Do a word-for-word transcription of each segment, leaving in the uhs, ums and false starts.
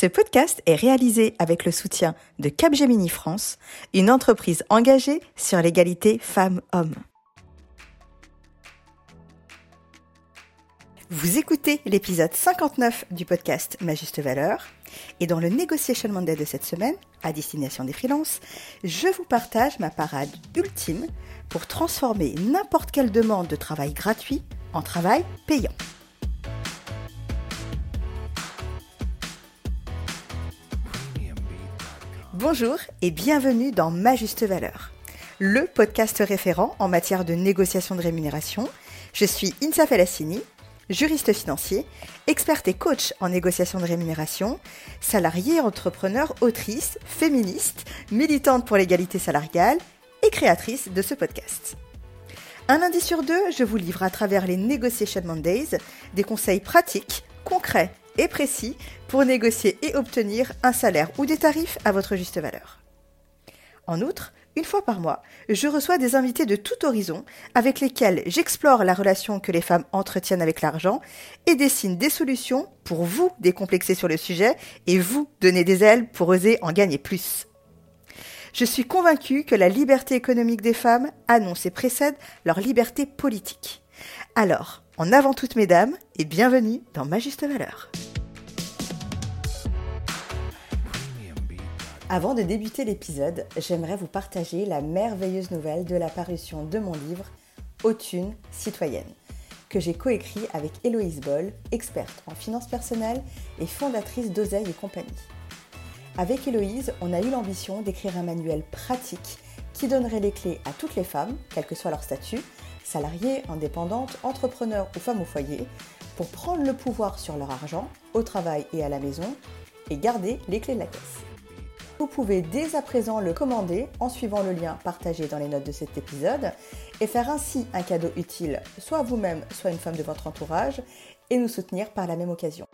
Ce podcast est réalisé avec le soutien de Capgemini France, une entreprise engagée sur l'égalité femmes-hommes. Vous écoutez l'épisode cinquante-neuf du podcast Ma Juste Valeur et dans le Negotiation Monday de cette semaine, à destination des freelances, je vous partage ma parade ultime pour transformer n'importe quelle demande de travail gratuit en travail payant. Bonjour et bienvenue dans Ma Juste Valeur, le podcast référent en matière de négociation de rémunération. Je suis Insa Felassini, juriste financier, experte et coach en négociation de rémunération, salariée, entrepreneur, autrice, féministe, militante pour l'égalité salariale et créatrice de ce podcast. Un lundi sur deux, je vous livre à travers les Negotiation Mondays des conseils pratiques, concrets et précis pour négocier et obtenir un salaire ou des tarifs à votre juste valeur. En outre, une fois par mois, je reçois des invités de tout horizon avec lesquels j'explore la relation que les femmes entretiennent avec l'argent et dessine des solutions pour vous décomplexer sur le sujet et vous donner des ailes pour oser en gagner plus. Je suis convaincue que la liberté économique des femmes annonce et précède leur liberté politique. Alors, en avant toutes mesdames et bienvenue dans Ma Juste Valeur. Avant de débuter l'épisode, j'aimerais vous partager la merveilleuse nouvelle de la parution de mon livre « Haute Thune citoyenne » que j'ai coécrit avec Héloïse Boll, experte en finances personnelles et fondatrice d'Oseille et compagnie. Avec Héloïse, on a eu l'ambition d'écrire un manuel pratique qui donnerait les clés à toutes les femmes, quel que soit leur statut, salariées, indépendantes, entrepreneurs ou femmes au foyer, pour prendre le pouvoir sur leur argent, au travail et à la maison, et garder les clés de la caisse. Vous pouvez dès à présent le commander en suivant le lien partagé dans les notes de cet épisode et faire ainsi un cadeau utile soit à vous-même, soit à une femme de votre entourage et nous soutenir par la même occasion.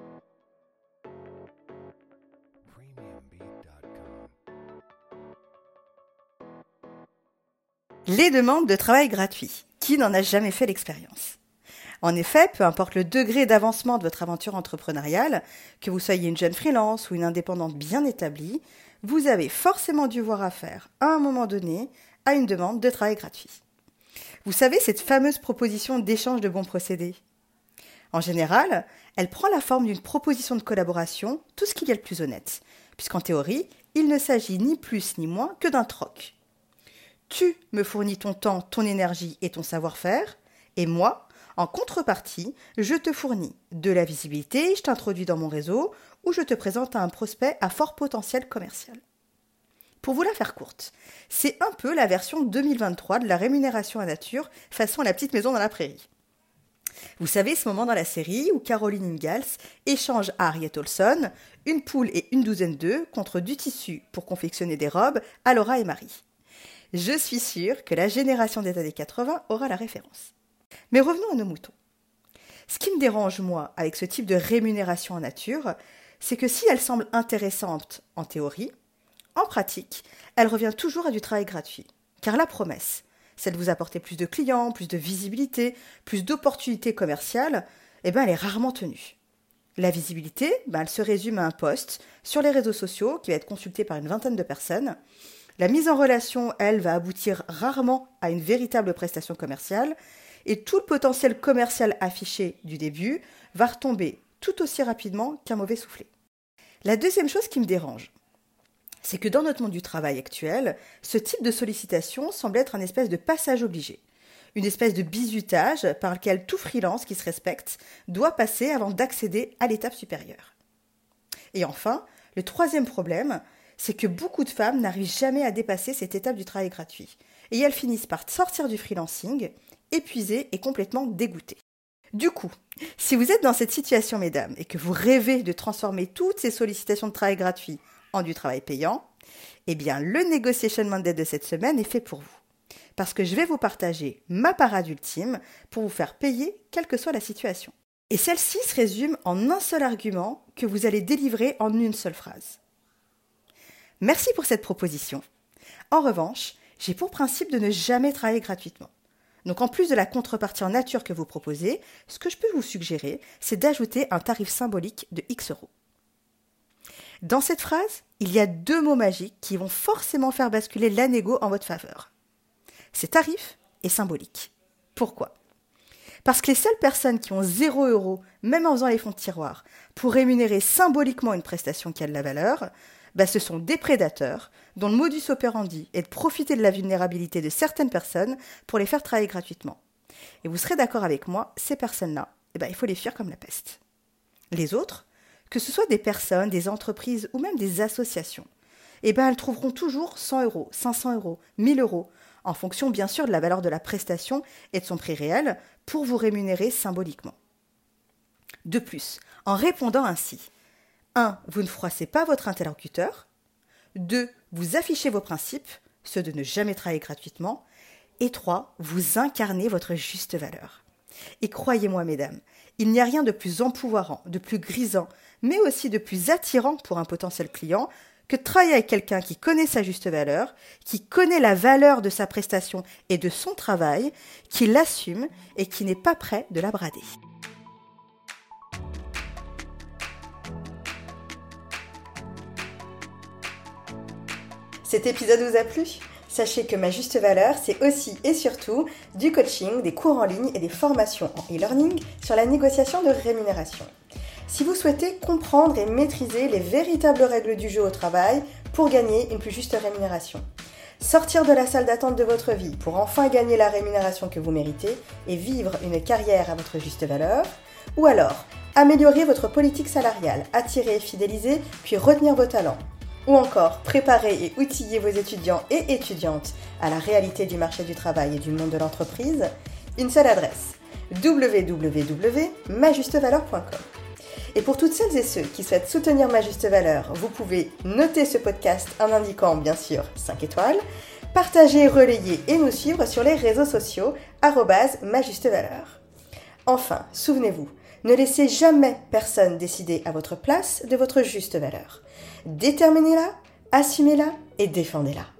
Les demandes de travail gratuit. Qui n'en a jamais fait l'expérience ? En effet, peu importe le degré d'avancement de votre aventure entrepreneuriale, que vous soyez une jeune freelance ou une indépendante bien établie, vous avez forcément dû voir affaire, à un moment donné, à une demande de travail gratuit. Vous savez, cette fameuse proposition d'échange de bons procédés. En général, elle prend la forme d'une proposition de collaboration, tout ce qu'il y a de plus honnête, puisqu'en théorie, il ne s'agit ni plus ni moins que d'un troc. Tu me fournis ton temps, ton énergie et ton savoir-faire, et moi, en contrepartie, je te fournis de la visibilité, je t'introduis dans mon réseau ou je te présente à un prospect à fort potentiel commercial. Pour vous la faire courte, c'est un peu la version deux mille vingt-trois de la rémunération à nature façon la petite maison dans la prairie. Vous savez ce moment dans la série où Caroline Ingalls échange à Harriet Olson une poule et une douzaine d'œufs contre du tissu pour confectionner des robes à Laura et Marie. Je suis sûre que la génération des années quatre-vingts aura la référence. Mais revenons à nos moutons. Ce qui me dérange, moi, avec ce type de rémunération en nature, c'est que si elle semble intéressante en théorie, en pratique, elle revient toujours à du travail gratuit. Car la promesse, c'est de vous apporter plus de clients, plus de visibilité, plus d'opportunités commerciales, eh ben, elle est rarement tenue. La visibilité, ben, elle se résume à un post sur les réseaux sociaux qui va être consulté par une vingtaine de personnes. La mise en relation, elle, va aboutir rarement à une véritable prestation commerciale, et tout le potentiel commercial affiché du début va retomber tout aussi rapidement qu'un mauvais soufflet. La deuxième chose qui me dérange, c'est que dans notre monde du travail actuel, ce type de sollicitation semble être un espèce de passage obligé, une espèce de bizutage par lequel tout freelance qui se respecte doit passer avant d'accéder à l'étape supérieure. Et enfin, le troisième problème, c'est que beaucoup de femmes n'arrivent jamais à dépasser cette étape du travail gratuit, et elles finissent par sortir du freelancing épuisées et complètement dégoûtées. Du coup, si vous êtes dans cette situation, mesdames, et que vous rêvez de transformer toutes ces sollicitations de travail gratuit en du travail payant, eh bien, le Negotiation Monday de cette semaine est fait pour vous. Parce que je vais vous partager ma parade ultime pour vous faire payer quelle que soit la situation. Et celle-ci se résume en un seul argument que vous allez délivrer en une seule phrase. Merci pour cette proposition. En revanche, j'ai pour principe de ne jamais travailler gratuitement. Donc en plus de la contrepartie en nature que vous proposez, ce que je peux vous suggérer, c'est d'ajouter un tarif symbolique de X euros. Dans cette phrase, il y a deux mots magiques qui vont forcément faire basculer la négo en votre faveur. C'est tarif et symbolique. Pourquoi ? Parce que les seules personnes qui ont zéro euro, même en faisant les fonds de tiroir, pour rémunérer symboliquement une prestation qui a de la valeur, bah ce sont des prédateurs dont le modus operandi est de profiter de la vulnérabilité de certaines personnes pour les faire travailler gratuitement. Et vous serez d'accord avec moi, ces personnes-là, eh ben, il faut les fuir comme la peste. Les autres, que ce soit des personnes, des entreprises ou même des associations, eh ben, elles trouveront toujours cent euros, cinq cents euros, mille euros, en fonction bien sûr de la valeur de la prestation et de son prix réel, pour vous rémunérer symboliquement. De plus, en répondant ainsi, un. Vous ne froissez pas votre interlocuteur. deux. Vous affichez vos principes, ceux de ne jamais travailler gratuitement. Et trois. Vous incarnez votre juste valeur. Et croyez-moi, mesdames, il n'y a rien de plus empouvoirant, de plus grisant, mais aussi de plus attirant pour un potentiel client que de travailler avec quelqu'un qui connaît sa juste valeur, qui connaît la valeur de sa prestation et de son travail, qui l'assume et qui n'est pas prêt de la brader. Cet épisode vous a plu ? Sachez que Ma Juste Valeur, c'est aussi et surtout du coaching, des cours en ligne et des formations en e-learning sur la négociation de rémunération. Si vous souhaitez comprendre et maîtriser les véritables règles du jeu au travail pour gagner une plus juste rémunération, sortir de la salle d'attente de votre vie pour enfin gagner la rémunération que vous méritez et vivre une carrière à votre juste valeur, ou alors améliorer votre politique salariale, attirer et fidéliser, puis retenir vos talents, ou encore préparer et outiller vos étudiants et étudiantes à la réalité du marché du travail et du monde de l'entreprise, une seule adresse, w w w point ma juste valeur point com. Et pour toutes celles et ceux qui souhaitent soutenir Ma Juste Valeur, vous pouvez noter ce podcast en indiquant bien sûr cinq étoiles, partager, relayer et nous suivre sur les réseaux sociaux arobase ma juste valeur. Enfin, souvenez-vous, ne laissez jamais personne décider à votre place de votre juste valeur. Déterminez-la, assumez-la et défendez-la.